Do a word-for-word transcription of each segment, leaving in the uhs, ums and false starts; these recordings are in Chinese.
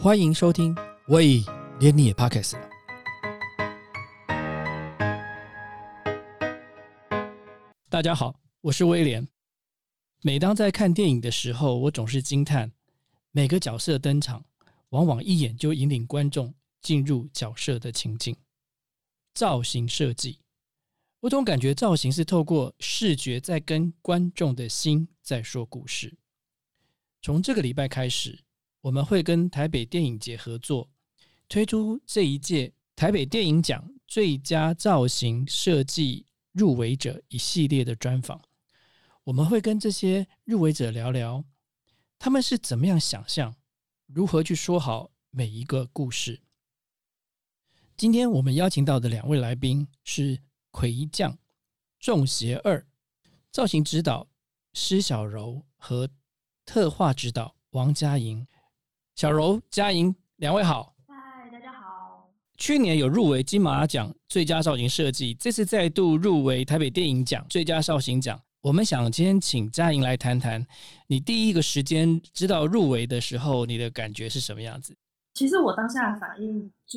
欢迎收听，喂，连你也 Podcast 了。大家好，我是威廉。每当在看电影的时候，我总是惊叹，每个角色登场，往往一眼就引领观众进入角色的情境。造型设计，我总感觉造型是透过视觉在跟观众的心在说故事。从这个礼拜开始，我们会跟台北电影节合作，推出这一届台北电影奖最佳造型设计入围者一系列的专访。我们会跟这些入围者聊聊，他们是怎么样想象，如何去说好每一个故事。今天我们邀请到的两位来宾是魁将、仲邪二造型指导施小柔和特化指导王佳莹。小柔、佳莹，两位好。 嗨，大家好。 去年有入围金马奖最佳造型设计，这次再度入围台北电影奖最佳造型奖。我们想今天请佳莹来谈谈，你第一个时间知道入围的时候，你的感觉是什么样子？ 其实我当下的反应就是，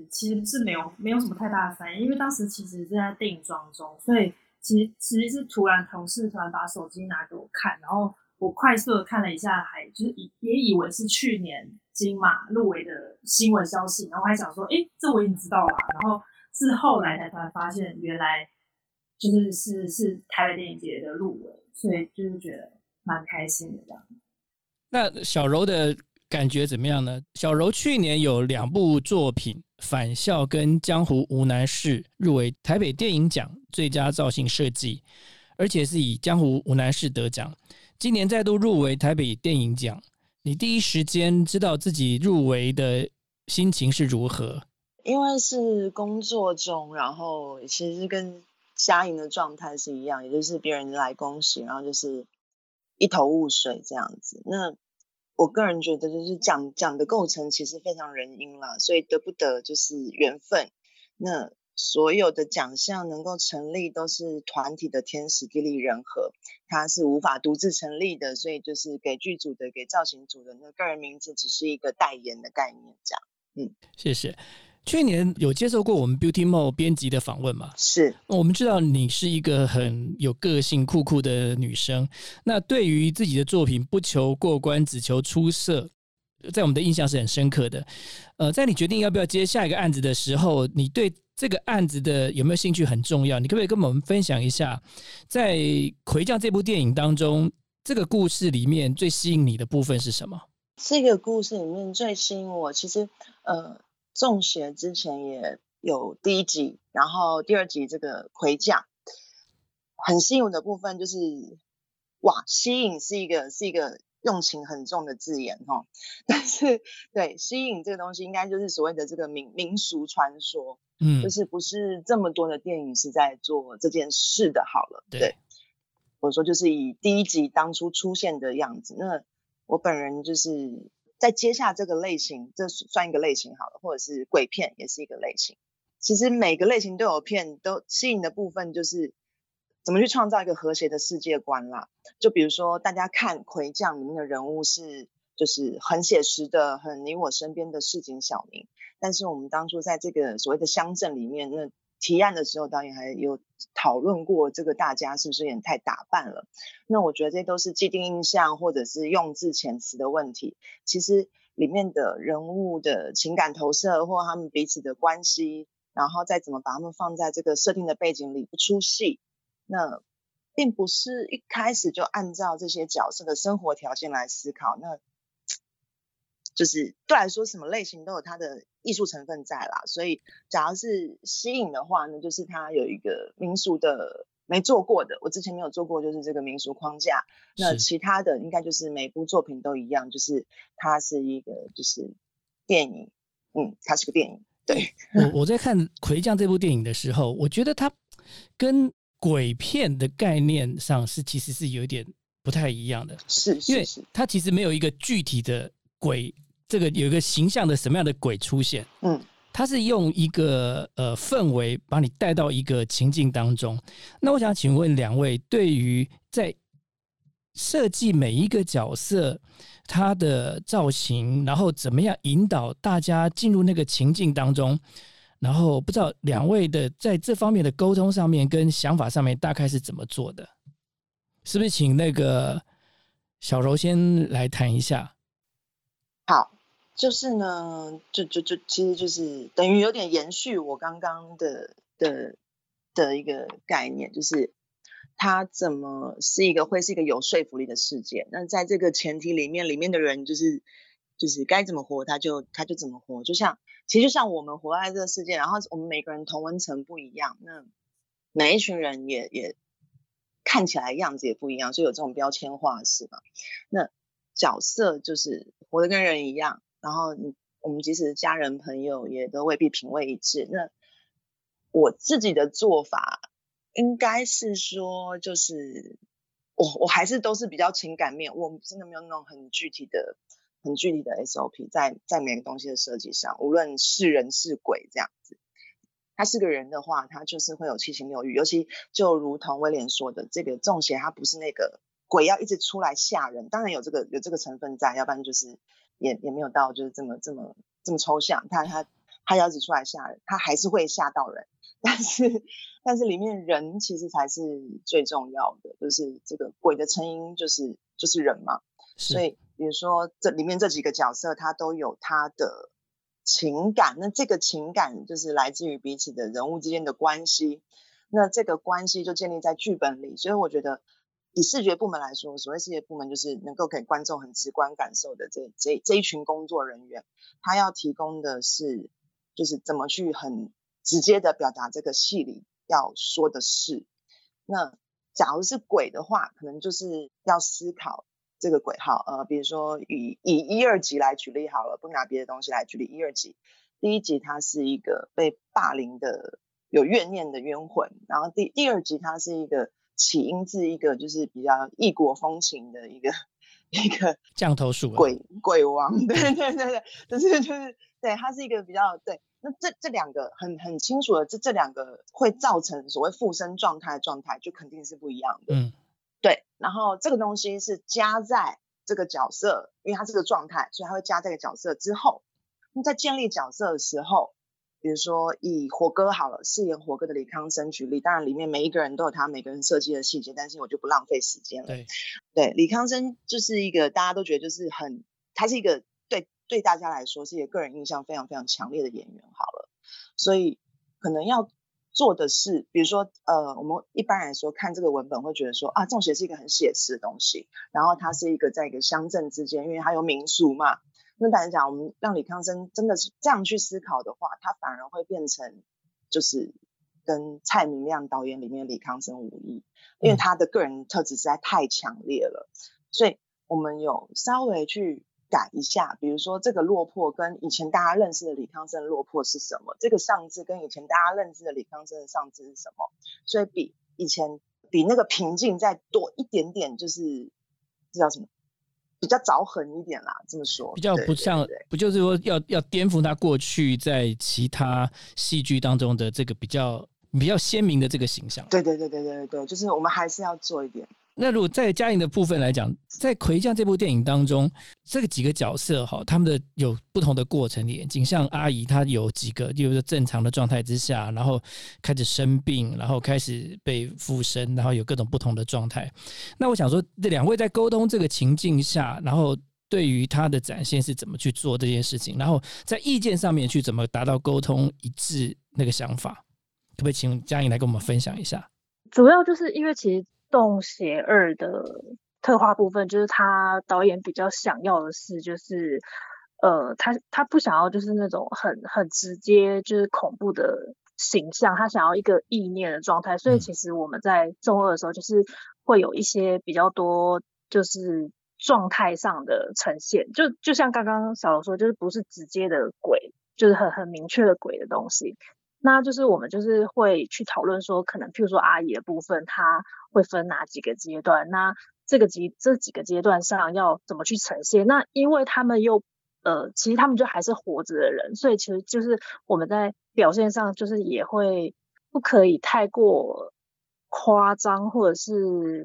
其实是没有没有什么太大的反应，因为当时其实正在定妆中，所以其实其实是突然同事突然把手机拿给我看，然后我快速的看了一下，还就是也以为是去年金马入围的新闻消息，然后我还想说，哎，这我已经知道了，然后是后来才突然发现，原来就是是是台北电影节的入围，所以就是觉得蛮开心的这样。 那小柔的感觉怎么样呢？小柔去年有两部作品《返校》跟《江湖无难事》入围台北电影奖最佳造型设计，而且是以《江湖无难事》得奖。今年再度入围台北电影奖，你第一时间知道自己入围的心情是如何？ 因为是工作中，然后其实跟佳莹的状态是一样，也就是别人来恭喜，然后就是一头雾水这样子。那我个人觉得就是奖奖的构成其实非常人因啦，所以得不得就是缘分。那所有的奖项能够成立都是团体的天时地利人和，它是无法独自成立的，所以就是给剧组的给造型组的那个人名字只是一个代言的概念这样。嗯， 谢谢。去年有接受过我们 Beauty Mall 编辑的访问吗？ 是。 我们知道你是一个很有个性酷酷的女生，那对于自己的作品不求过关只求出色，在我们的印象是很深刻的。呃，在你决定要不要接下一个案子的时候，你对这个案子的有没有兴趣很重要，你可不可以跟我们分享一下，在《魁将》这部电影当中，这个故事里面最吸引你的部分是什么？ 这个故事里面最吸引我，其实呃仲邪之前也有第一集，然后第二集这个魁将很吸引我的部分就是哇，吸引是一个是一个用情很重的字眼齁，但是对吸引这个东西应该就是所谓的这个民民俗传说，嗯，就是不是这么多的电影是在做这件事的好了，对，对我说就是以第一集当初出现的样子，那我本人就是在接下这个类型，这算一个类型好了，或者是鬼片也是一个类型。其实每个类型都有片，都吸引的部分就是怎么去创造一个和谐的世界观啦。就比如说大家看《魁将》里面的人物是就是很写实的，很你我身边的市井小民，但是我们当初在这个所谓的乡镇里面，那提案的时候导演还有讨论过这个大家是不是有点太打扮了，那我觉得这都是既定印象或者是用字遣词的问题，其实里面的人物的情感投射或他们彼此的关系，然后再怎么把他们放在这个设定的背景里不出戏，那并不是一开始就按照这些角色的生活条件来思考，那就是对来说什么类型都有它的艺术成分在啦，所以假如是吸引的话呢，就是它有一个民俗的没做过的，我之前没有做过就是这个民俗框架，那其他的应该就是每部作品都一样，就是它是一个就是电影，嗯，它是个电影。对， 我我在看《魁将》这部电影的时候，我觉得它跟鬼片的概念上是其实是有一点不太一样的， 是是是，因为它其实没有一个具体的鬼，这个有一个形象的什么样的鬼出现，嗯，它是用一个呃氛围把你带到一个情境当中。那我想请问两位，对于在设计每一个角色他的造型，然后怎么样引导大家进入那个情境当中，然后不知道两位的在这方面的沟通上面跟想法上面大概是怎么做的？是不是请那个小柔先来谈一下？ 好，就是呢，就就就其实就是等于有点延续我刚刚的的的一个概念，就是它怎么是一个会是一个有说服力的事件。那在这个前提里面，里面的人就是就是该怎么活，他就他就怎么活。就像其实就像我们活在这个世界，然后我们每个人同温层不一样，那每一群人也也看起来样子也不一样，所以有这种标签化是嘛？那角色就是活得跟人一样，然后你我们即使家人朋友也都未必品味一致。那我自己的做法应该是说，就是我我还是都是比较情感面，我真的没有那种很具体的、很具体的 S O P 在在每个东西的设计上，无论是人是鬼这样子。他是个人的话，他就是会有七情六欲，尤其就如同威廉说的，这个中邪他不是那个鬼要一直出来吓人，当然有这个有这个成分在，要不然就是也也没有到就是这么这么这么抽象。他他他要一直出来吓人，他还是会吓到人。但是但是里面人其实才是最重要的，就是这个鬼的成因就是就是人嘛，所以比如说这里面这几个角色他都有他的情感，那这个情感就是来自于彼此的人物之间的关系，那这个关系就建立在剧本里。所以我觉得以视觉部门来说，所谓视觉部门就是能够给观众很直观感受的这这这一群工作人员，他要提供的是就是怎么去很直接的表达这个戏里要说的事。那假如是鬼的话，可能就是要思考这个鬼号，呃，比如说以以一二集来举例好了，不拿别的东西来举例。一二集，第一集它是一个被霸凌的有怨念的冤魂，然后第第二集它是一个起因自一个就是比较异国风情的一个一个降头术鬼鬼王，对对对对，就是就是对，它是一个比较对。那这这两个很很清楚的，这这两个会造成所谓附身状态的状态，就肯定是不一样的。 嗯， 对。然后这个东西是加在这个角色，因为它是个状态，所以它会加这个角色之后。那在建立角色的时候，比如说以火哥好了，饰演火哥的李康生举例，当然里面每一个人都有他每个人设计的细节，但是我就不浪费时间了。 对对，李康生就是一个大家都觉得就是很，他是一个对对大家来说是一个个人印象非常非常强烈的演员好了，所以可能要做的是，比如说呃，我们一般来说看这个文本会觉得说啊，中邪是一个很写实的东西，然后它是一个在一个乡镇之间，因为它有民俗嘛。那当然讲，我们让李康生真的是这样去思考的话，他反而会变成就是跟蔡明亮导演里面的李康生无异，因为他的个人特质实在太强烈了。所以我们有稍微去改一下，比如说这个落魄跟以前大家认识的李康生落魄是什么，这个上字跟以前大家认知的李康生的上字是什么，所以比以前比那个平静再多一点点，就是这叫什么，比较凿痕一点啦，这么说比较不像，对对对，不就是说要要颠覆他过去在其他戏剧当中的这个比较比较鲜明的这个形象。 对对对对对对，就是我们还是要做一点。 那如果在嘉玲的部分来讲，在《魁将》这部电影当中，这个几个角色哈，他们的有不同的过程演进。像阿姨，她有几个，例如说正常的状态之下，然后开始生病，然后开始被附身，然后有各种不同的状态。那我想说，这两位在沟通这个情境下，然后对于他的展现是怎么去做这件事情，然后在意见上面去怎么达到沟通一致那个想法，可不可以请嘉玲来跟我们分享一下？ 主要就是因为其实中邪二的特化部分，就是他导演比较想要的是，就是呃，他他不想要就是那种很很直接就是恐怖的形象，他想要一个意念的状态。所以其实我们在中二的时候，就是会有一些比较多就是状态上的呈现，就就像刚刚小柔说，就是不是直接的鬼，就是很很明确的鬼的东西。那就是我们就是会去讨论说，可能譬如说阿姨的部分，它会分哪几个阶段，那这个阶这几个阶段上要怎么去呈现。那因为他们又呃，其实他们就还是活着的人，所以其实就是我们在表现上就是也会不可以太过夸张，或者是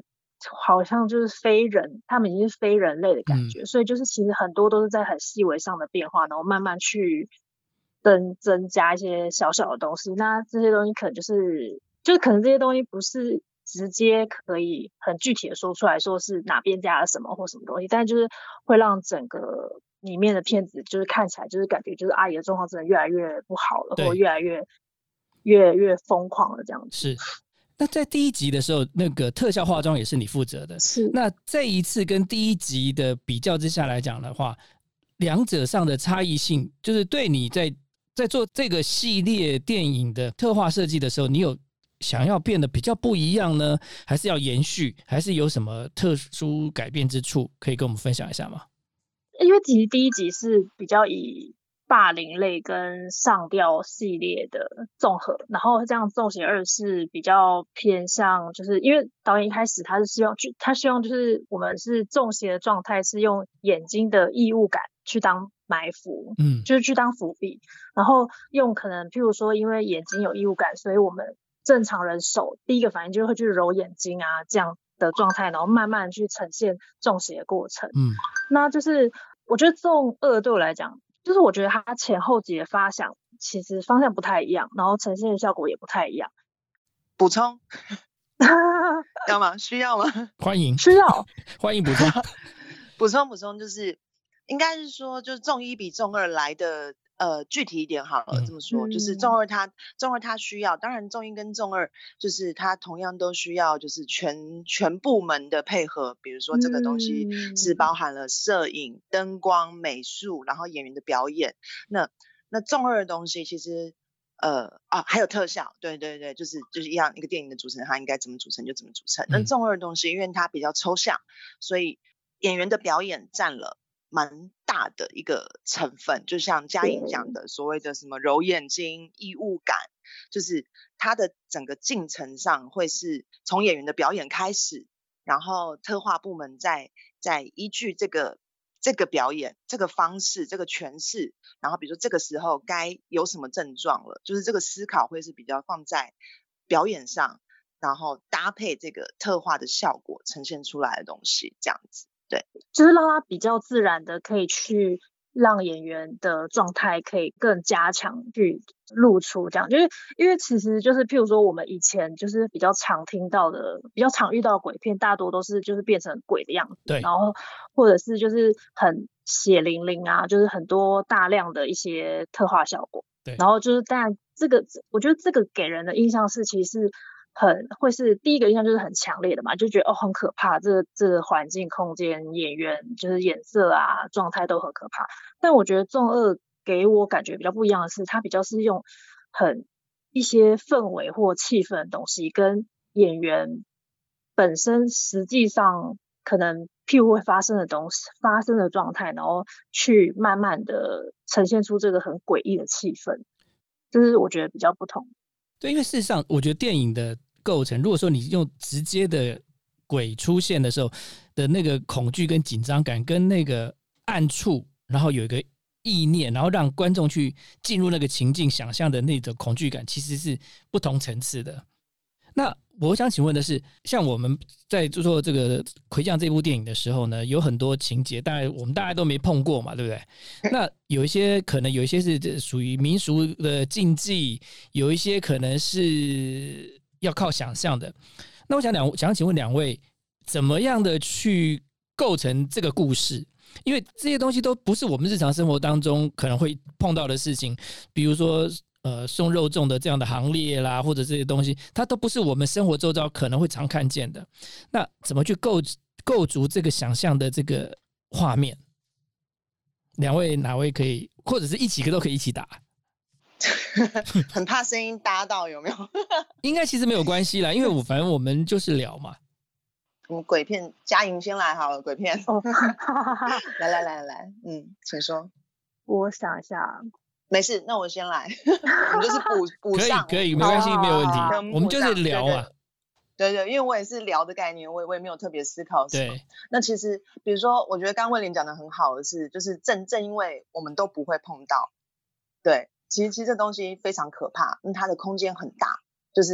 好像就是非人，他们已经是非人类的感觉， 嗯、 所以就是其实很多都是在很细微上的变化，然后慢慢去增增加一些小小的东西。那这些东西可能就是就是可能这些东西不是直接可以很具体的说出来，说是哪边加了什么或什么东西，但就是会让整个里面的片子就是看起来就是感觉就是阿姨的状况真的越来越不好了，或者越来越越越疯狂了这样子。 是。那在第一集的时候，那个特效化妆也是你负责的。 是。 那这一次跟第一集的比较之下来讲的话，两者上的差异性，就是对你在在做这个系列电影的特化设计的时候，你有想要变得比较不一样呢，还是要延续，还是有什么特殊改变之处，可以跟我们分享一下吗？ 因为其实第一集是比较以霸凌类跟上吊系列的综合，然后这样中邪二是比较偏向，就是因为导演一开始他是希望他希望就是我们是中邪的状态是用眼睛的异物感去当埋伏， 嗯， 就是去当伏笔，然后用可能譬如说因为眼睛有异物感，所以我们正常人手第一个反应就会去揉眼睛啊这样的状态，然后慢慢去呈现中邪的过程。 嗯， 那就是我觉得中二对我来讲，就是我觉得它前后集的发想其实方向不太一样，然后呈现的效果也不太一样。 补充要吗？需要吗？ 欢迎， 需要欢迎补充。 补充补充，就是应该是说，就是中一比中二来的呃具体一点好了， 嗯、 这么说，就是中二它中二它需要，当然中一跟中二就是它同样都需要就是全全部门的配合，比如说这个东西是包含了摄影、灯光、美术，然后演员的表演。那那中二的东西其实呃啊还有特效，对对对，就是就是一样，一个电影的组成它应该怎么组成就怎么组成。那中二的东西因为它比较抽象，所以演员的表演占了蛮大的一个成分，就像嘉颖讲的所谓的什么揉眼睛、异物感，就是它的整个进程上会是从演员的表演开始，然后特化部门再再依据这个这个表演、这个方式、这个诠释，然后比如说这个时候该有什么症状了，就是这个思考会是比较放在表演上，然后搭配这个特化的效果呈现出来的东西，这样子。对， 就是让它比较自然的可以去让演员的状态可以更加强去露出，这样就是因为其实就是譬如说我们以前就是比较常听到的比较常遇到的鬼片大多都是就是变成鬼的样子， 对， 然后或者是就是很血淋淋啊，就是很多大量的一些特化效果， 对， 然后就是当然这个我觉得这个给人的印象是其实是很会是第一个印象就是很强烈的嘛，就觉得哦很可怕，这个这个环境空间演员就是颜色啊状态都很可怕。但我觉得中二给我感觉比较不一样的是，它比较是用很一些氛围或气氛的东西跟演员本身实际上可能譬如会发生的东西发生的状态，然后去慢慢的呈现出这个很诡异的气氛，这是我觉得比较不同。 对，因为事实上我觉得电影的构成，如果说你用直接的鬼出现的时候的那个恐惧跟紧张感，跟那个暗处然后有一个意念，然后让观众去进入那个情境想象的那种恐惧感，其实是不同层次的。那我想请问的是，像我们在做这个《魁将》这部电影的时候呢，有很多情节，当然我们大家都没碰过嘛，对不对？那有一些可能有一些是属于民俗的禁忌，有一些可能是要靠想象的。那我想两想请问两位，怎么样的去构成这个故事？因为这些东西都不是我们日常生活当中可能会碰到的事情，比如说呃送肉粽的这样的行列啦，或者这些东西，它都不是我们生活周遭可能会常看见的。那怎么去构构筑这个想象的这个画面？两位哪位可以，或者是一起都可以一起打？ 很怕声音搭到，有没有？ 应该其实没有关系啦，因为我反正我们就是聊嘛。 我们鬼片，嘉颖先来好了，鬼片。哦、来来来来，嗯，请说。 我想一下， 没事，那我先来。我们就是补补上， 可以可以，没关系，没有问题。 我, 我们就是聊啊。 对 对, 对，因为我也是聊的概念，我也我也没有特别思考什么。 对。 那其实，比如说，我觉得刚威廉讲的很好的是，就是正正因为我们都不会碰到，对，其实其实这东西非常可怕，因为它的空间很大，就是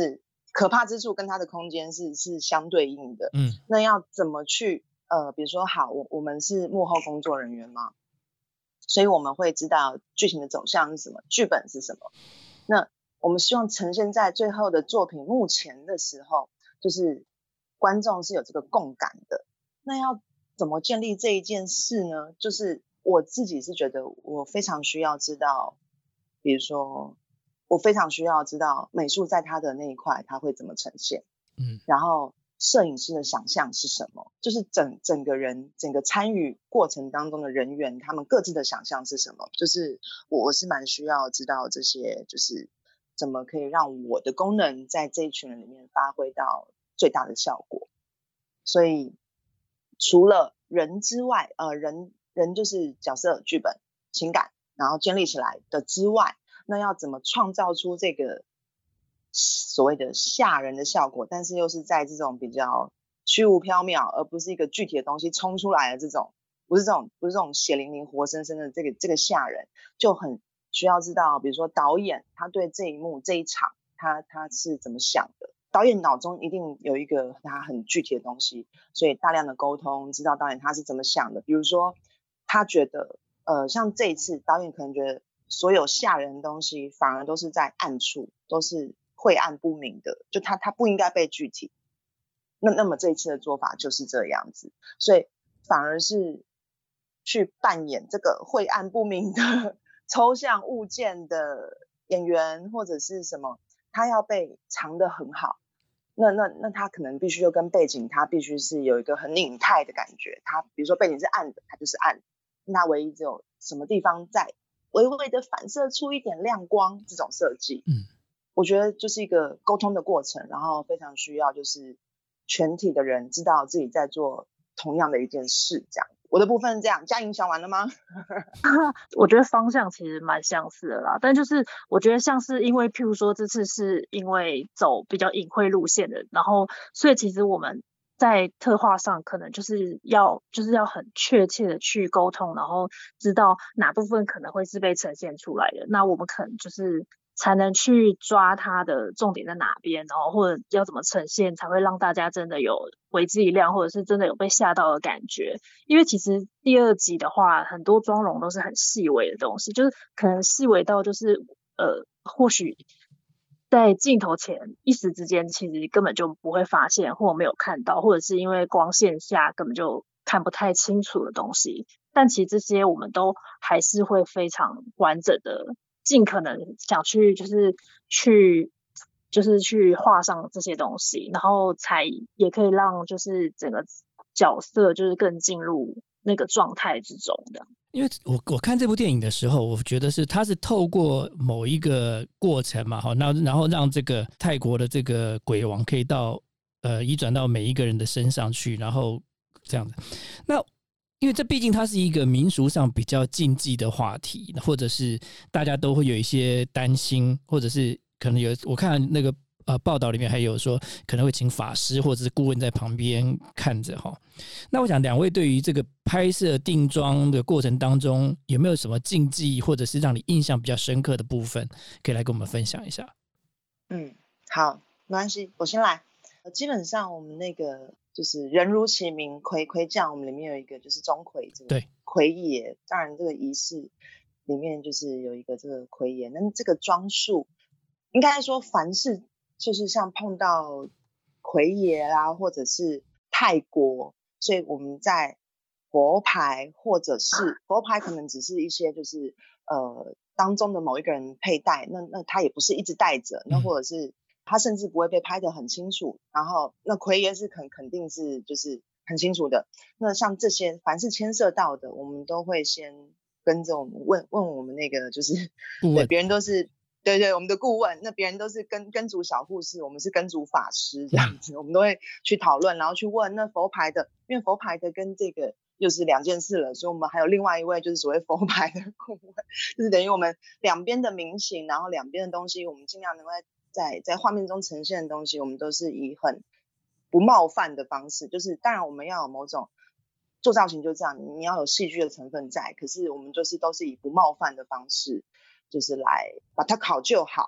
可怕之处跟它的空间是是相对应的。 嗯， 那要怎么去呃，比如说好，我我们是幕后工作人员嘛，所以我们会知道剧情的走向是什么，剧本是什么。那我们希望呈现在最后的作品目前的时候，就是观众是有这个共感的。那要怎么建立这一件事呢？就是我自己是觉得我非常需要知道，比如说我非常需要知道美术在它的那一块它会怎么呈现， 嗯， 然后摄影师的想象是什么，就是整整个人整个参与过程当中的人员他们各自的想象是什么，就是我我是蛮需要知道这些，就是怎么可以让我的功能在这一群人里面发挥到最大的效果。所以除了人之外，呃，人人就是角色、剧本、情感，然后建立起来的之外，那要怎么创造出这个所谓的吓人的效果，但是又是在这种比较虚无缥缈，而不是一个具体的东西冲出来的这种，不是这种不是这种血淋淋活生生的这个这个吓人，就很需要知道，比如说导演他对这一幕这一场他他是怎么想的，导演脑中一定有一个他很具体的东西，所以大量的沟通，知道导演他是怎么想的。比如说他觉得呃，像这一次导演可能觉得所有吓人的东西反而都是在暗处，都是晦暗不明的，就他他不应该被具体。那那么这一次的做法就是这样子，所以反而是去扮演这个晦暗不明的抽象物件的演员或者是什么，他要被藏得很好。那那那他可能必须就跟背景，他必须是有一个很拧态的感觉。他比如说背景是暗的，他就是暗的，那唯一只有什么地方在微微的反射出一点亮光，这种设计， 嗯， 我觉得就是一个沟通的过程，然后非常需要就是全体的人知道自己在做同样的一件事，这样。我的部分这样，嘉颖想完了吗？ 我觉得方向其实蛮相似的啦，但就是我觉得像是因为譬如说这次是因为走比较隐晦路线的，然后所以其实我们在特化上可能就是要就是要很确切的去沟通，然后知道哪部分可能会是被呈现出来的，那我们可能就是才能去抓它的重点在哪边，然后或者要怎么呈现才会让大家真的有为之一亮，或者是真的有被吓到的感觉。因为其实第二集的话很多妆容都是很细微的东西，就是可能细微到就是呃或许在镜头前一时之间其实根本就不会发现或没有看到，或者是因为光线下根本就看不太清楚的东西，但其实这些我们都还是会非常完整的尽可能想去就是去就是去画上这些东西，然后才也可以让就是整个角色就是更进入那个状态之中的。 因为我我看这部电影的时候，我觉得是它是透过某一个过程嘛，好，那然后让这个泰国的这个鬼王可以到呃移转到每一个人的身上去，然后这样子。那因为这毕竟它是一个民俗上比较禁忌的话题，或者是大家都会有一些担心，或者是可能有我看那个呃报道里面还有说可能会请法师或者是顾问在旁边看着哈。那我想两位对于这个拍摄定妆的过程当中有没有什么禁忌，或者是让你印象比较深刻的部分，可以来跟我们分享一下？ 嗯，好，没关系，我先来。基本上我们那个就是人如其名，魁魁将，我们里面有一个就是钟馗，这个魁爷，当然这个仪式里面就是有一个这个魁爷，那这个装束应该说凡是就是像碰到魁爷啦，或者是泰国，所以我们在佛牌或者是佛牌可能只是一些就是呃当中的某一个人佩戴，那那他也不是一直戴着，那或者是他甚至不会被拍得很清楚，然后那魁爷是肯肯定是就是很清楚的。那像这些凡是牵涉到的，我们都会先跟着我们问问我们那个就是对别人都是对对我们的顾问，那别人都是跟跟组小护士，我们是跟组法师这样子，嗯、我们都会去讨论，然后去问那佛牌的，因为佛牌的跟这个又是两件事了，所以我们还有另外一位就是所谓佛牌的顾问，就是等于我们两边的民情，然后两边的东西，我们尽量能够在在画面中呈现的东西，我们都是以很不冒犯的方式，就是当然我们要有某种做造型就这样，你要有戏剧的成分在，可是我们就是都是以不冒犯的方式，就是来把它考究好。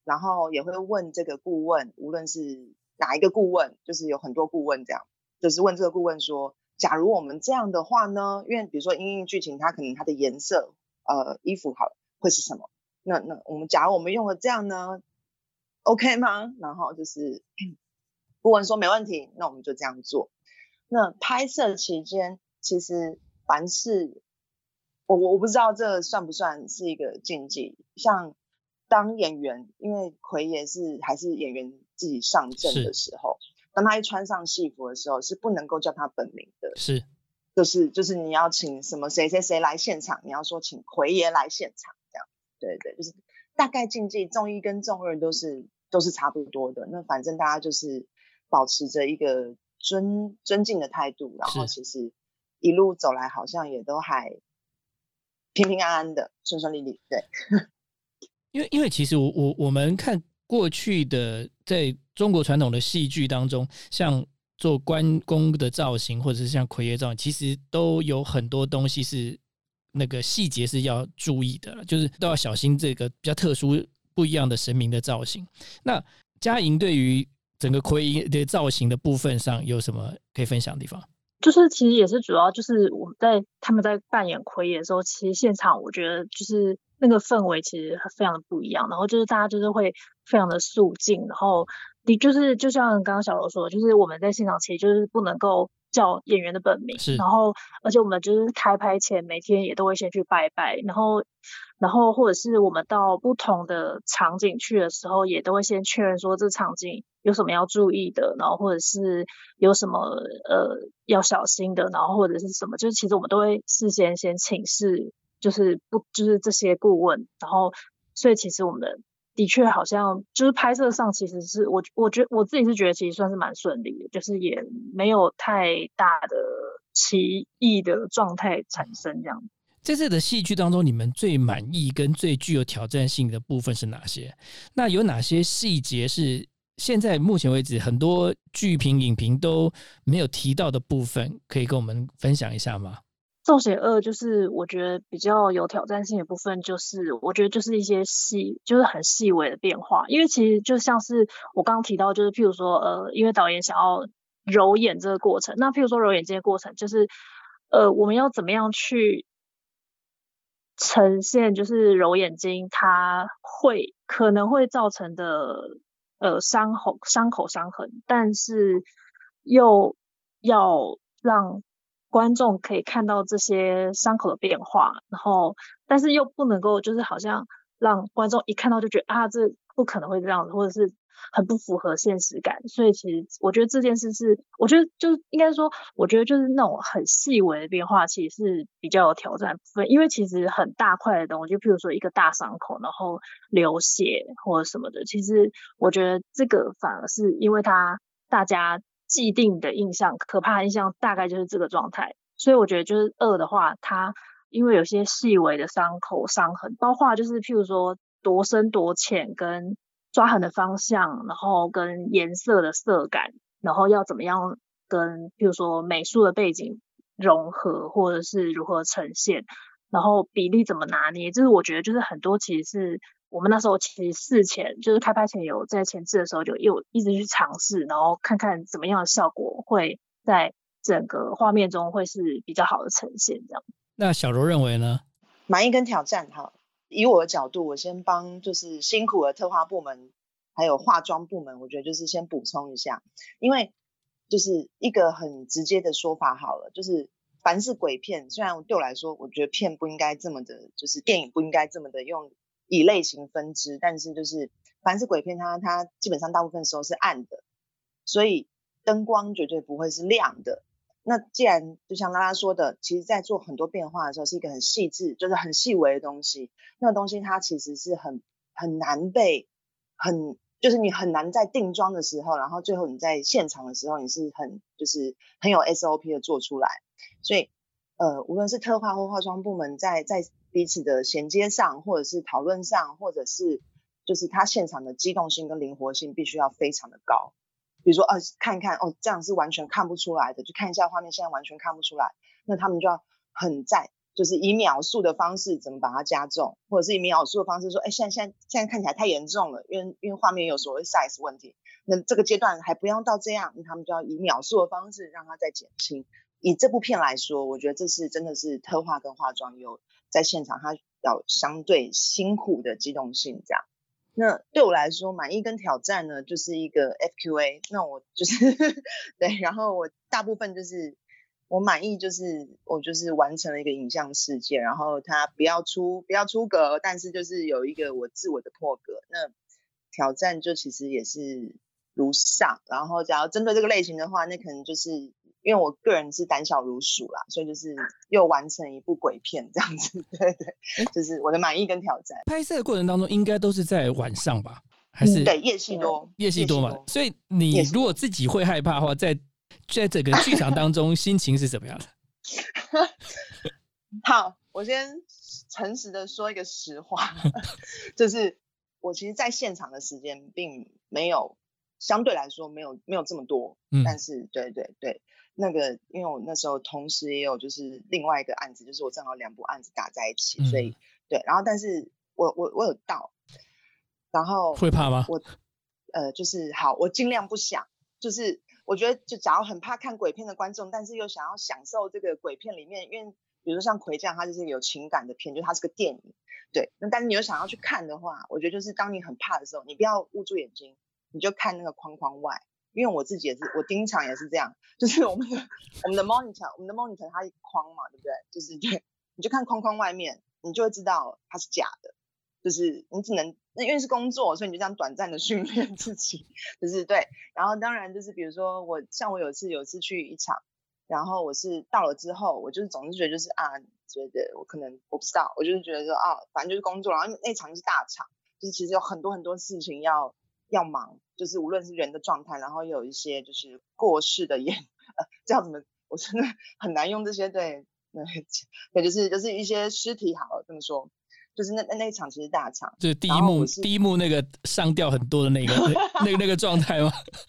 然后也会问这个顾问，无论是哪一个顾问，就是有很多顾问这样，就是问这个顾问说，假如我们这样的话呢，因为比如说因应剧情，它可能它的颜色，呃，衣服好了会是什么？那那我们假如我们用了这样呢 ，OK 吗？然后就是顾问说没问题，那我们就这样做。那拍摄期间，其实凡是我我不知道这算不算是一个禁忌，像当演员，因为奎爷是还是演员自己上阵的时候，当他一穿上戏服的时候，是不能够叫他本名的， 是， 就是就是你要请什么谁谁谁来现场，你要说请奎爷来现场，这样，对对，就是大概禁忌，中一跟中二都是都是差不多的。那反正大家就是保持着一个尊尊敬的态度，然后其实一路走来好像也都还平平安安的，顺顺利利，对。 因为因为其实我我我们看过去的在中国传统的戏剧当中，像做关公的造型，或者是像奎爷造型，其实都有很多东西是那个细节是要注意的，就是都要小心这个比较特殊不一样的神明的造型。那嘉莹对于整个奎爷的造型的部分上有什么可以分享的地方？ 就是其实也是主要就是我们在他们在扮演奎爷的时候，其实现场我觉得就是那个氛围其实非常的不一样，然后就是大家就是会非常的肃静，然后你就是就像刚刚小柔说的，就是我们在现场其实就是不能够叫演员的本名，然后而且我们就是开拍前每天也都会先去拜拜，然后然后或者是我们到不同的场景去的时候，也都会先确认说这场景有什么要注意的，然后或者是有什么呃要小心的，然后或者是什么，就是其实我们都会事先先请示，就是不就是这些顾问，然后所以其实我们的的确好像就是拍摄上其实是我我觉得我自己是觉得其实算是蛮顺利的，就是也没有太大的奇异的状态产生这样。 在这个戏剧当中，你们最满意跟最具有挑战性的部分是哪些？那有哪些细节是现在目前为止很多剧评影评都没有提到的部分，可以跟我们分享一下吗？ 中邪二就是我觉得比较有挑战性的部分，就是我觉得就是一些细就是很细微的变化，因为其实就像是我刚刚提到，就是譬如说呃，因为导演想要揉眼这个过程，那譬如说揉眼这个过程就是呃，我们要怎么样去呈现就是揉眼睛它会可能会造成的呃伤口伤口伤痕，但是又要让观众可以看到这些伤口的变化，然后但是又不能够就是好像让观众一看到就觉得啊这不可能会这样子，或者是很不符合现实感，所以其实我觉得这件事是我觉得就应该说我觉得就是那种很细微的变化其实是比较有挑战部分，因为其实很大块的东西就譬如说一个大伤口然后流血或者什么的，其实我觉得这个反而是因为它大家既定的印象可怕的印象大概就是这个状态，所以我觉得就是二的话它因为有些细微的伤口伤痕，包括就是譬如说多深多浅跟抓痕的方向，然后跟颜色的色感，然后要怎么样跟譬如说美术的背景融合，或者是如何呈现，然后比例怎么拿捏，就是我觉得就是很多其实是我们那时候其实事前就是开拍前有在前置的时候就有一直去尝试，然后看看怎么样的效果会在整个画面中会是比较好的呈现这样。 那小柔认为呢？ 满意跟挑战，好，以我的角度，我先帮就是辛苦的特化部门还有化妆部门，我觉得就是先补充一下，因为就是一个很直接的说法好了，就是凡是鬼片，虽然对我来说我觉得片不应该这么的，就是电影不应该这么的用以类型分支，但是就是凡是鬼片它它基本上大部分时候是暗的，所以灯光绝对不会是亮的。那既然就像拉拉说的，其实在做很多变化的时候是一个很细致就是很细微的东西，那个东西它其实是很很难被很就是你很难在定妆的时候，然后最后你在现场的时候你是很就是很有 S O P 的做出来，所以呃无论是特化或化妆部门在在彼此的衔接上，或者是讨论上，或者是就是它现场的机动性跟灵活性必须要非常的高。比如说呃看看哦这样是完全看不出来的，就看一下画面现在完全看不出来，那他们就要很在就是以秒数的方式怎么把它加重，或者是以秒数的方式说，哎，现在现在现在看起来太严重了，因为因为画面有所谓 size 问题，那这个阶段还不要到这样，他们就要以秒数的方式让它再减轻。以这部片来说，我觉得这是真的是特化跟化妆有在现场它要相对辛苦的机动性这样。那对我来说，满意跟挑战呢，就是一个 F Q A。那我就是对，然后我大部分就是我满意，就是我就是完成了一个影像事件，然后它不要出不要出格，但是就是有一个我自我的破格。那挑战就其实也是如上，然后假如针对这个类型的话，那可能就是因为我个人是胆小如鼠啦，所以就是又完成一部鬼片这样子，对对，就是我的满意跟挑战。 拍摄的过程当中应该都是在晚上吧？还是、 嗯、对夜戏多， 夜戏多嘛？所以你如果自己会害怕的话，在在整个剧场当中心情是怎么样的？ 好，我先诚实的说一个实话，就是我其实在现场的时间并没有相对来说没有没有这么多、嗯、但是对对对，那个因为我那时候同时也有就是另外一个案子，就是我正好两部案子打在一起、嗯、所以对，然后但是我我我有到，然后会怕吗？ 我呃就是好，我尽量不想，就是我觉得就假如很怕看鬼片的观众，但是又想要享受这个鬼片里面，因为比如说像魁这样它就是有情感的片，就它是个电影，对，那但是你又想要去看的话，我觉得就是当你很怕的时候，你不要捂住眼睛，你就看那个框框外，因为我自己也是，我第一场也是这样，就是我们的我们的 monitor 我们的 monitor 它一框嘛，对不对？就是对，你就看框框外面，你就会知道它是假的，就是你只能因为是工作，所以你就这样短暂的训练自己，就是对。然后当然就是比如说我像我有一次有一次去一场，然后我是到了之后，我就是总是觉得就是啊，觉得我可能我不知道，我就是觉得说啊，反正就是工作，然后那场就是大场，就是其实有很多很多事情要要忙，就是无论是人的状态，然后有一些就是过世的演，呃，这样怎么我真的很难用这些对对，就是就是一些尸体好了这么说。就是那那一场其实大场， 就是第一幕第一幕那个上吊很多的那个那个那个状态吗？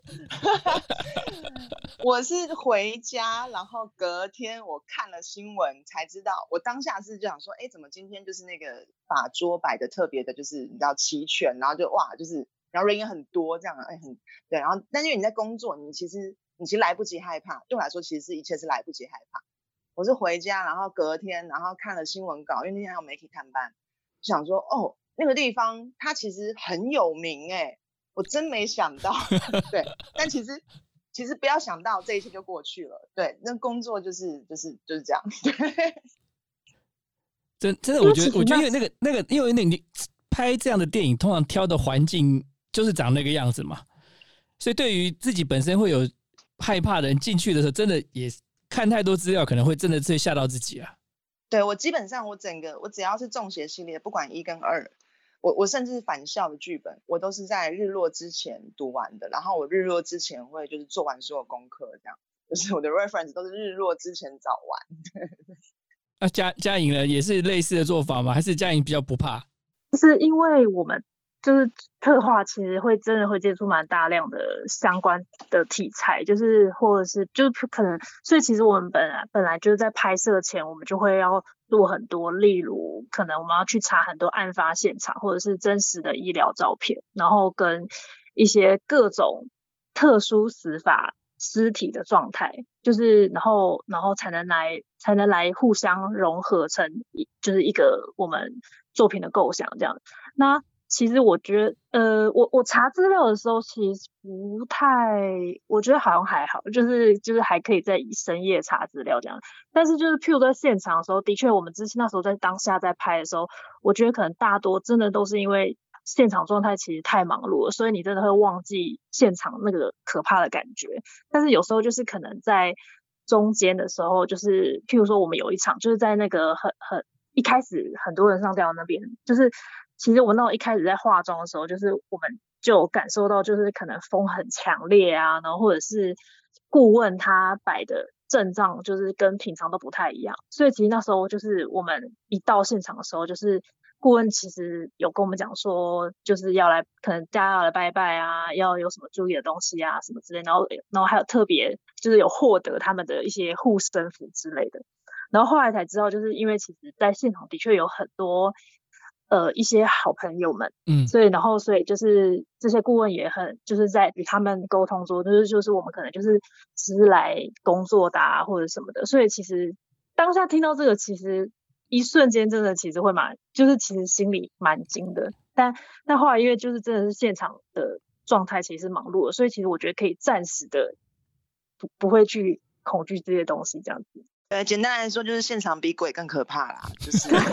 我是回家，然后隔天我看了新闻才知道，我当下是就想说，哎，怎么今天就是那个把桌摆的特别的，就是你知道齐全，然后就哇，就是然后人也很多这样，哎很对，然后但因为你在工作，你其实你其实来不及害怕，对我来说其实是一切是来不及害怕。我是回家，然后隔天，然后看了新闻稿，因为那天还有媒体探班。想说哦，那个地方它其实很有名哎，我真没想到，对，但其实其实不要想到这一切就过去了，对，那工作就是就是就是这样，对， 真真的，我觉得我觉得因为那个那个因为那你拍这样的电影，通常挑的环境就是长那个样子嘛，所以对于自己本身会有害怕的人进去的时候，真的也看太多资料，可能会真的是吓到自己啊。 对，我基本上我整个我只要是中邪系列，不管一跟二，我我甚至返校的剧本，我都是在日落之前读完的。然后我日落之前会就是做完所有功课，这样就是我的 reference 都是日落之前找完。 啊，嘉嘉颖呢也是类似的做法吗？还是嘉颖比较不怕？ 就是因为我们就是特化，其实会真的会接触蛮大量的相关的题材，就是或者是就是可能，所以其实我们本来本来就是在拍摄前，我们就会要做很多，例如可能我们要去查很多案发现场，或者是真实的医疗照片，然后跟一些各种特殊死法尸体的状态，就是然后然后才能来才能来互相融合成就是一个我们作品的构想这样。那其实我觉得，呃，我我查资料的时候，其实不太，我觉得好像还好，就是就是还可以在深夜查资料这样。但是就是譬如在现场的时候，的确我们之前那时候在当下在拍的时候，我觉得可能大多真的都是因为现场状态其实太忙碌了，所以你真的会忘记现场那个可怕的感觉。但是有时候就是可能在中间的时候，就是譬如说我们有一场就是在那个很很一开始很多人上吊那边，就是其实我那种一开始在化妆的时候，就是我们就感受到就是可能风很强烈啊，然后或者是顾问他摆的阵仗就是跟平常都不太一样，所以其实那时候就是我们一到现场的时候，就是顾问其实有跟我们讲说，就是要来可能大家要来拜拜啊，要有什么注意的东西啊什么之类，然后然后还有特别就是有获得他们的一些护身符之类的。 然后后来才知道，就是因为其实在现场的确有很多呃一些好朋友们， 嗯， 所以然后所以就是这些顾问也很就是在与他们沟通说，就是就是我们可能就是只是来工作的啊或者什么的，所以其实当下听到这个，其实一瞬间真的其实会蛮就是其实心里蛮惊的，但但后来因为就是真的是现场的状态其实是忙碌的，所以其实我觉得可以暂时的不不会去恐惧这些东西这样子。 对，简单来说就是现场比鬼更可怕啦，就是对,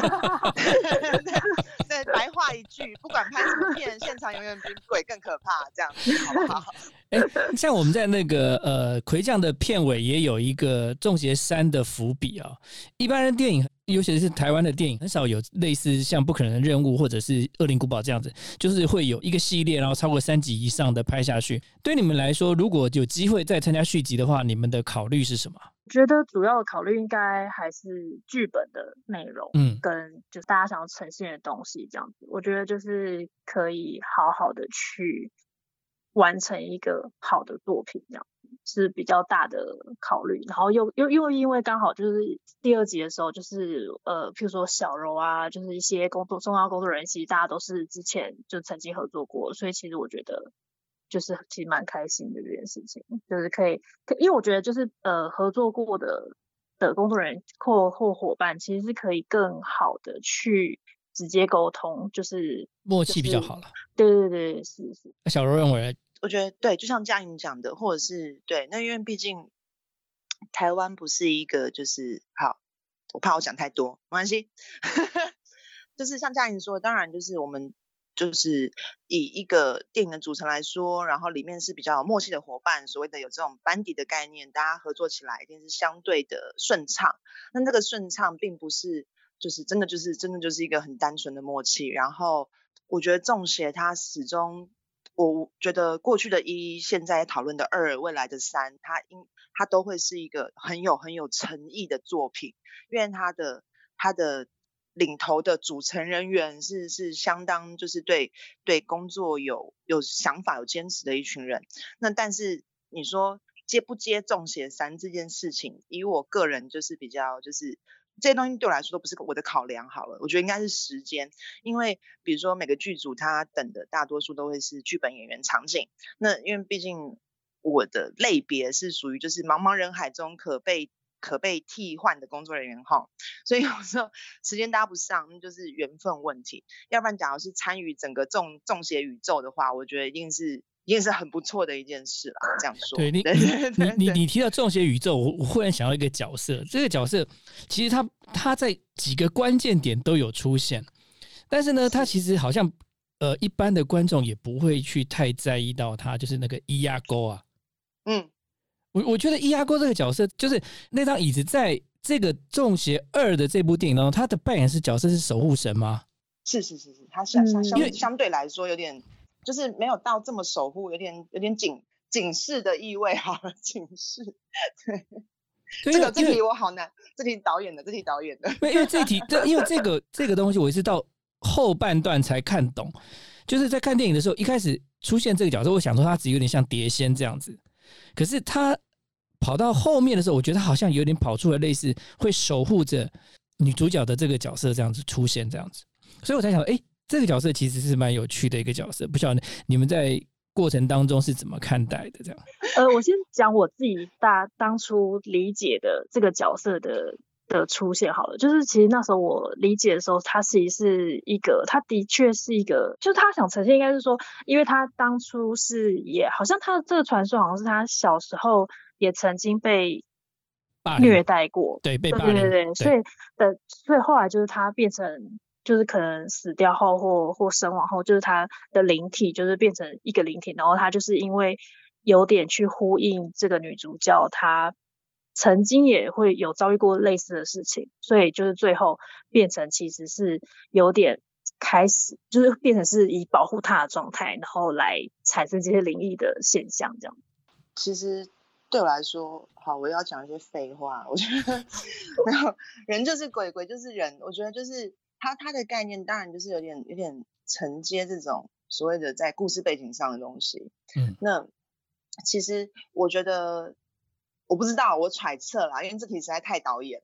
对，白话一句，不管拍什么片，现场永远比鬼更可怕，这样子好不好？ 欸、像我们在那个呃魁将的片尾也有一个中邪三的伏笔啊、哦。一般的电影，尤其是台湾的电影，很少有类似像不可能的任务或者是恶灵古堡这样子，就是会有一个系列，然后超过三集以上的拍下去。对你们来说，如果有机会再参加续集的话，你们的考虑是什么？ 我觉得主要的考虑应该还是剧本的内容，嗯，跟就是大家想要呈现的东西这样子。我觉得就是可以好好的去完成一个好的作品，这样是比较大的考虑。然后又又又因为刚好就是第二集的时候，就是呃，譬如说小柔啊，就是一些工作重要工作人员，其实大家都是之前就曾经合作过，所以其实我觉得。就是其实蛮开心的这件事情，就是可以，因为我觉得就是呃合作过的的工作人员或或伙伴，其实是可以更好的去直接沟通，就是默契比较好了。 就是、对对对，是是。 小柔认为， 我觉得对，就像嘉颖讲的，或者是对，那因为毕竟台湾不是一个就是好，我怕我讲太多，没关系，就是像嘉颖说的，当然就是我们。就是以一个电影的组成来说，然后里面是比较有默契的伙伴，所谓的有这种班底的概念，大家合作起来一定是相对的顺畅。那这个顺畅并不是就是真的就是真的就是一个很单纯的默契。然后我觉得中邪它始终，我觉得过去的一，现在讨论的二，未来的三，它应它都会是一个很有很有诚意的作品，因为它的它的。领头的组成人员是是相当就是对对工作有有想法有坚持的一群人。那但是你说接不接中邪三这件事情，以我个人就是比较就是这些东西对我来说都不是我的考量好了，我觉得应该是时间。因为比如说每个剧组他等的大多数都会是剧本演员场景，那因为毕竟我的类别是属于就是茫茫人海中可被可被替换的工作人员哈，所以有时候时间搭不上，那就是缘分问题。要不然，假如是参与整个中中邪宇宙的话，我觉得一定是一定是很不错的一件事啦。这样说， 对你对对对你你你提到中邪宇宙，我我忽然想到一个角色，这个角色其实他他在几个关键点都有出现，但是呢，他其实好像呃一般的观众也不会去太在意到他，就是那个伊亚沟啊，嗯。我我觉得伊阿沟这个角色，就是那张椅子，在这个《中邪二》的这部电影当中，他的扮演是角色是守护神吗？ 是是是是，他相相相相对来说有点，就是没有到这么守护，有点有点警警示的意味好了，警示。对，对这个这题我好难，这题导演的，这题导演的。 因为这题，这因为这个这个东西，我是到后半段才看懂，就是在看电影的时候，一开始出现这个角色，我想说他只有点像碟仙这样子。可是他跑到后面的时候，我觉得他好像有点跑出了类似会守护着女主角的这个角色这样子出现这样子，所以我才想，哎、欸，这个角色其实是蛮有趣的一个角色，不晓得你们在过程当中是怎么看待的？这样， 呃，我先讲我自己大当初理解的这个角色的的出现好了，就是其实那时候我理解的时候，他其实是一个，他的确是一个，就是他想呈现应该是说，因为他当初是也好像他的这个传说好像是他小时候也曾经被虐待过， 对，被霸凌， 对对对，所以的所以后来就是他变成就是可能死掉后或或身亡后，就是他的灵体就是变成一个灵体，然后他就是因为有点去呼应这个女主角她曾经也会有遭遇过类似的事情，所以就是最后变成其实是有点开始就是变成是以保护她的状态，然后来产生这些灵异的现象这样。 其实对我来说，好，我要讲一些废话，我觉得没有人就是鬼，鬼就是人，我觉得就是他他的概念当然就是有点有点承接这种所谓的在故事背景上的东西。嗯，那其实我觉得我不知道，我揣测啦，因为这题实在太导演，我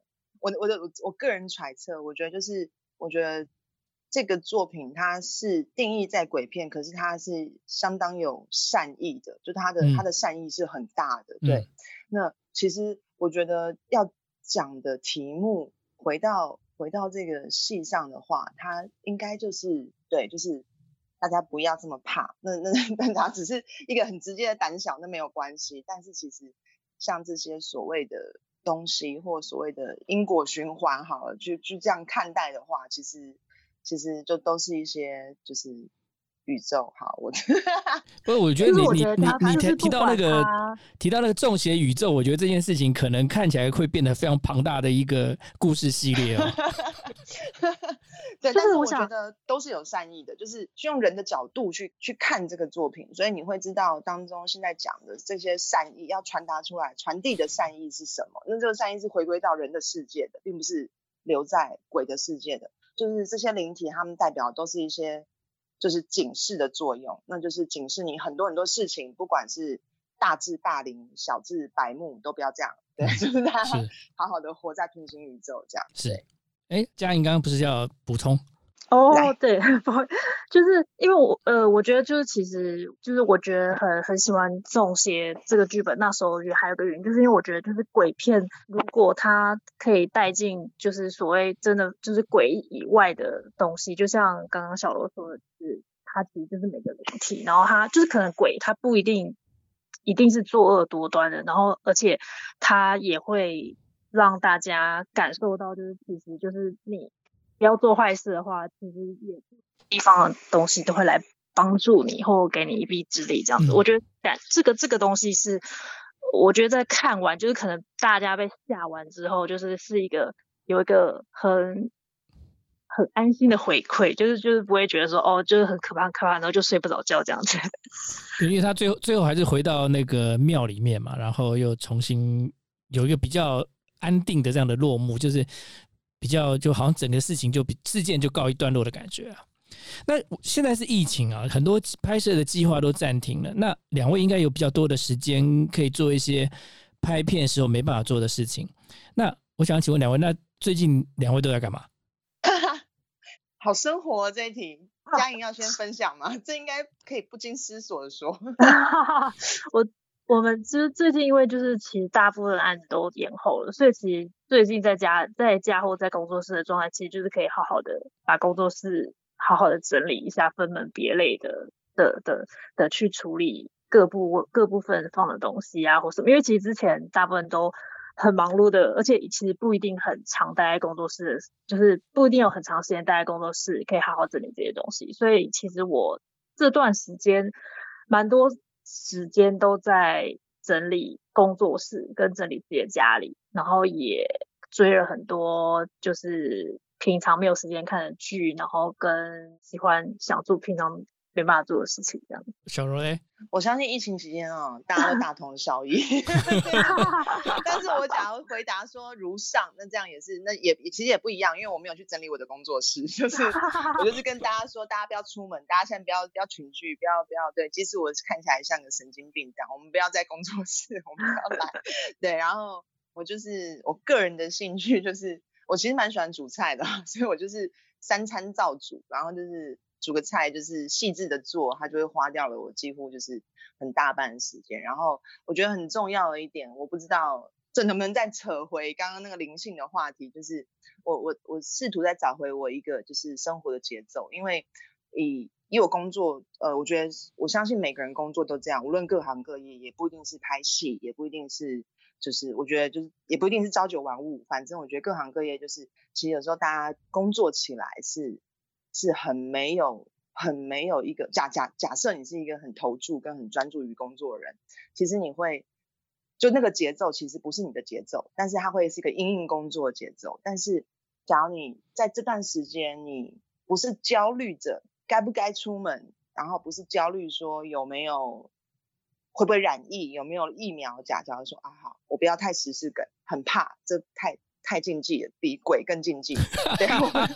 我我的我个人揣测，我觉得就是我觉得这个作品它是定义在鬼片，可是它是相当有善意的，就它的、嗯、它的善意是很大的。对，嗯、那其实我觉得要讲的题目回到回到这个戏上的话，它应该就是对，就是大家不要这么怕。那那那它只是一个很直接的胆小，那没有关系。但是其实像这些所谓的东西或所谓的因果循环，好了，就就这样看待的话，其实其实就都是一些就是宇宙。好，我不是，我觉得你你你你提到那个提到那个中邪宇宙，我觉得这件事情可能看起来会变得非常庞大的一个故事系列哦。 对，但是我觉得都是有善意的，就是用人的角度去去看这个作品，所以你会知道当中现在讲的这些善意要传达出来，传递的善意是什么。那这个善意是回归到人的世界的，并不是留在鬼的世界的。就是这些灵体，他们代表都是一些就是警示的作用，那就是警示你很多很多事情，不管是大智大灵、小智白目，都不要这样。对，就是大家好好的活在平行宇宙这样。 是。哎，嘉颖刚刚不是要补充？ 哦，对，不会，就是因为我呃，我觉得就是其实就是我觉得很很喜欢中邪这个剧本，那时候也还有个原因，就是因为我觉得就是鬼片如果它可以带进就是所谓真的就是鬼以外的东西，就像刚刚小罗说的，是它其实就是每个灵体，然后它就是可能鬼它不一定一定是作恶多端的，然后而且它也会让大家感受到，就是其实就是你不要做坏事的话，其实也地方的东西都会来帮助你，或给你一臂之力这样子。嗯、我觉得这个这个东西是，我觉得在看完，就是可能大家被吓完之后，就是是一个有一个很很安心的回馈，就是就是不会觉得说哦，就是很可怕很可怕，然后就睡不着觉这样子。 因为他最后最后还是回到那个庙里面嘛，然后又重新有一个比较安定的这样的落幕，就是比较就好像整个事情就事件就告一段落的感觉啊。那现在是疫情啊，很多拍摄的计划都暂停了。那两位应该有比较多的时间可以做一些拍片的时候没办法做的事情。那我想请问两位，那最近两位都在干嘛？ 好生活、哦、这一题，嘉颖要先分享吗？这应该可以不经思索的说。 我我们其实最近因为就是其实大部分案子都延后了，所以其实最近在家在家或在工作室的状态，其实就是可以好好的把工作室好好的整理一下，分门别类的的的的去处理各部各部分放的东西啊或什么。因为其实之前大部分都很忙碌的，而且其实不一定很常待在工作室，就是不一定有很长时间待在工作室可以好好整理这些东西。所以其实我这段时间蛮多时间都在整理工作室跟整理自己的家里，然后也追了很多就是平常没有时间看的剧，然后跟喜欢想做平常没办法做的事情这样。 小柔嘞？ 我相信疫情期间哦，大家都大同小异。但是我假如回答说如上，那这样也是，那也其实也不一样，因为我没有去整理我的工作室，就是我就是跟大家说，大家不要出门，大家现在不要不要群聚，不要不要对，即使我看起来像个神经病这样，我们不要在工作室，我们不要来。对，然后我就是我个人的兴趣就是，我其实蛮喜欢煮菜的，所以我就是三餐照煮，然后就是煮个菜就是细致的做，它就会花掉了我几乎就是很大半的时间。然后我觉得很重要的一点，我不知道这能不能再扯回刚刚那个灵性的话题，就是我我我试图再找回我一个就是生活的节奏。因为以以我工作，呃，我觉得我相信每个人工作都这样，无论各行各业，也不一定是拍戏，也不一定是就是我觉得就是也不一定是朝九晚五，反正我觉得各行各业就是其实有时候大家工作起来是是很没有很没有一个假假假设你是一个很投注跟很专注于工作的人，其实你会就那个节奏其实不是你的节奏，但是它会是一个因应工作的节奏。但是假如你在这段时间你不是焦虑着该不该出门，然后不是焦虑说有没有会不会染疫，有没有疫苗，假假如说啊好，我不要太时事梗，很怕这太太禁忌了，比鬼更禁忌。对，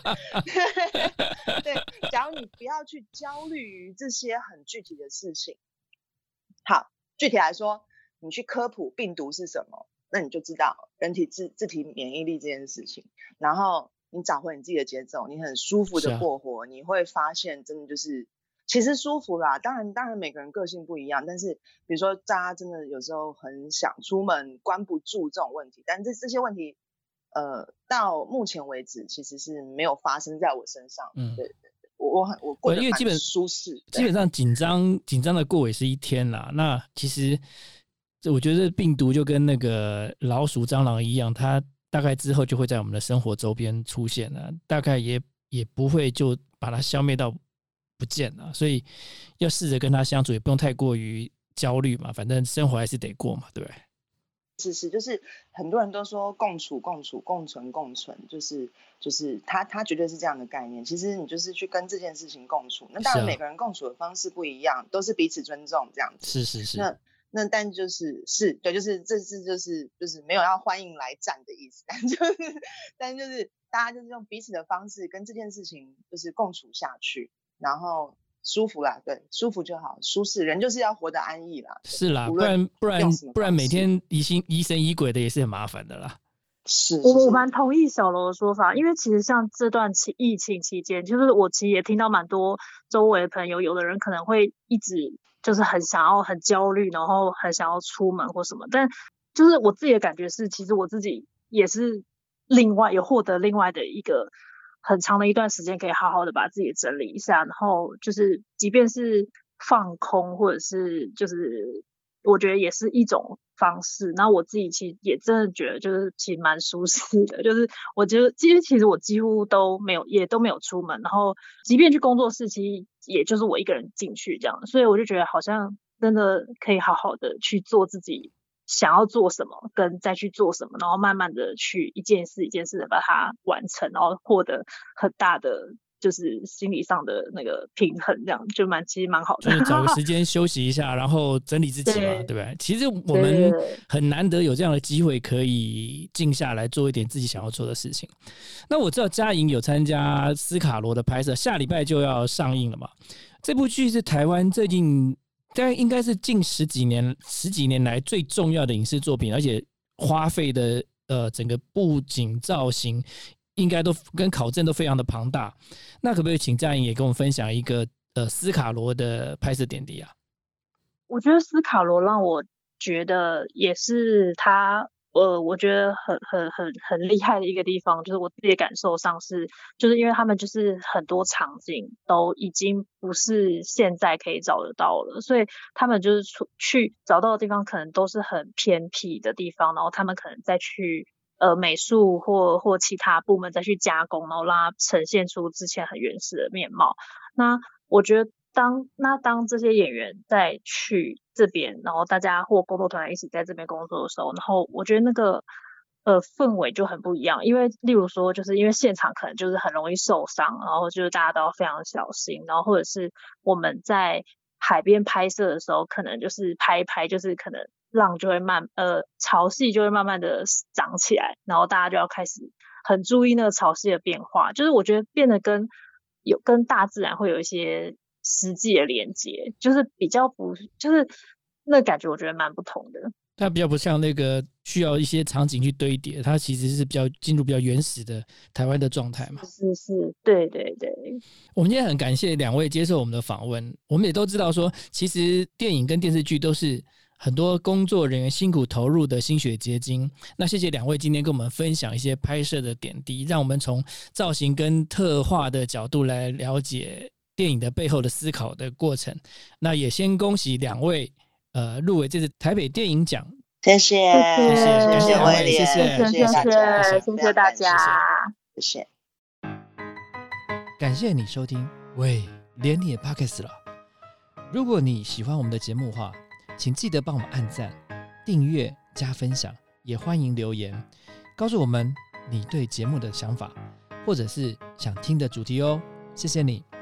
对，假如你不要去焦虑于这些很具体的事情。好，具体来说，你去科普病毒是什么， 那你就知道人体自自体免疫力这件事情，然后你找回你自己的节奏，你很舒服的过活，啊、你会发现真的就是其实舒服啦。当然当然每个人个性不一样，但是比如说大家真的有时候很想出门关不住这种问题，但这这些问题呃到目前为止其实是没有发生在我身上。嗯，对对对，我我很我过得蛮舒适， 基本上紧张紧张的过也是一天啦。那其实我觉得病毒就跟那个老鼠蟑螂一样，它大概之后就会在我们的生活周边出现了，大概也也不会就把它消灭到不见了，所以要试着跟它相处，也不用太过于焦虑嘛，反正生活还是得过嘛，对不对？ 是是，就是很多人都说共处共处共存共存，就是就是他他绝对是这样的概念。其实你就是去跟这件事情共处，那当然每个人共处的方式不一样，啊、都是彼此尊重这样子。 是是是。 那那但就是是对，就是这是就是就是没有要欢迎来战的意思，但就是但就是大家就是用彼此的方式跟这件事情就是共处下去，然后舒服啦，对，舒服就好，舒适，人就是要活得安逸啦。 是啦，不然不然不然每天疑心疑神疑鬼的也是很麻烦的啦。 是， 我我蛮同意小楼的说法，因为其实像这段期疫情期间，就是我其实也听到蛮多周围的朋友，有的人可能会一直就是很想要很焦虑，然后很想要出门或什么，但就是我自己的感觉是，其实我自己也是另外有获得另外的一个很长的一段时间，可以好好的把自己整理一下，然后就是即便是放空，或者是就是我觉得也是一种方式。然后我自己其实也真的觉得就是其实蛮舒适的，就是我觉得其实其实我几乎都没有也都没有出门，然后即便去工作室，其实也就是我一个人进去这样，所以我就觉得好像真的可以好好的去做自己想要做什么跟再去做什么，然后慢慢的去一件事一件事的把它完成，然后获得很大的就是心理上的那个平衡，这样就蛮其实蛮好的， 就是找个时间休息一下然后整理自己嘛， 对, 对不对？其实我们很难得有这样的机会可以静下来做一点自己想要做的事情。那我知道佳莹有参加斯卡罗的拍摄，下礼拜就要上映了嘛。这部剧是台湾最近大概应该是近十几年十几年来最重要的影视作品，而且花费的呃整个布景造型应该都跟考证都非常的庞大。那可不可以请佳莹也跟我们分享一个呃斯卡罗的拍摄点滴啊？ 我觉得斯卡罗让我觉得也是他呃，我觉得很很很很厉害的一个地方，就是我自己的感受上是，就是因为他们就是很多场景都已经不是现在可以找得到了，所以他们就是去找到的地方可能都是很偏僻的地方，然后他们可能再去呃美术或或其他部门再去加工，然后让它呈现出之前很原始的面貌。那我觉得当那当这些演员再去这边，然后大家或工作团队一起在这边工作的时候，然后我觉得那个呃氛围就很不一样。因为例如说就是因为现场可能就是很容易受伤，然后就是大家都要非常小心，然后或者是我们在海边拍摄的时候，可能就是拍一拍就是可能浪就会慢呃潮汐就会慢慢的涨起来，然后大家就要开始很注意那个潮汐的变化，就是我觉得变得跟有跟大自然会有一些实际的连接，就是比较不就是那感觉我觉得蛮不同的。 它比较不像那个需要一些场景去堆叠，它其实是比较进入比较原始的台湾的状态嘛。 是是，对对对。 我们今天很感谢两位接受我们的访问，我们也都知道说，其实电影跟电视剧都是很多工作人员辛苦投入的心血结晶。那谢谢两位今天跟我们分享一些拍摄的点滴，让我们从造型跟特化的角度来了解电影的背后的思考的过程。那也先恭喜两位呃入围这次台北电影奖。 谢谢谢谢谢谢威廉， 谢谢谢谢大家，谢谢大家， 谢谢。 感谢你收听喂连你也 Podcast 了。如果你喜欢我们的节目的话，请记得帮我们按赞、订阅、加分享，也欢迎留言告诉我们你对节目的想法，或者是想听的主题哦。谢谢你。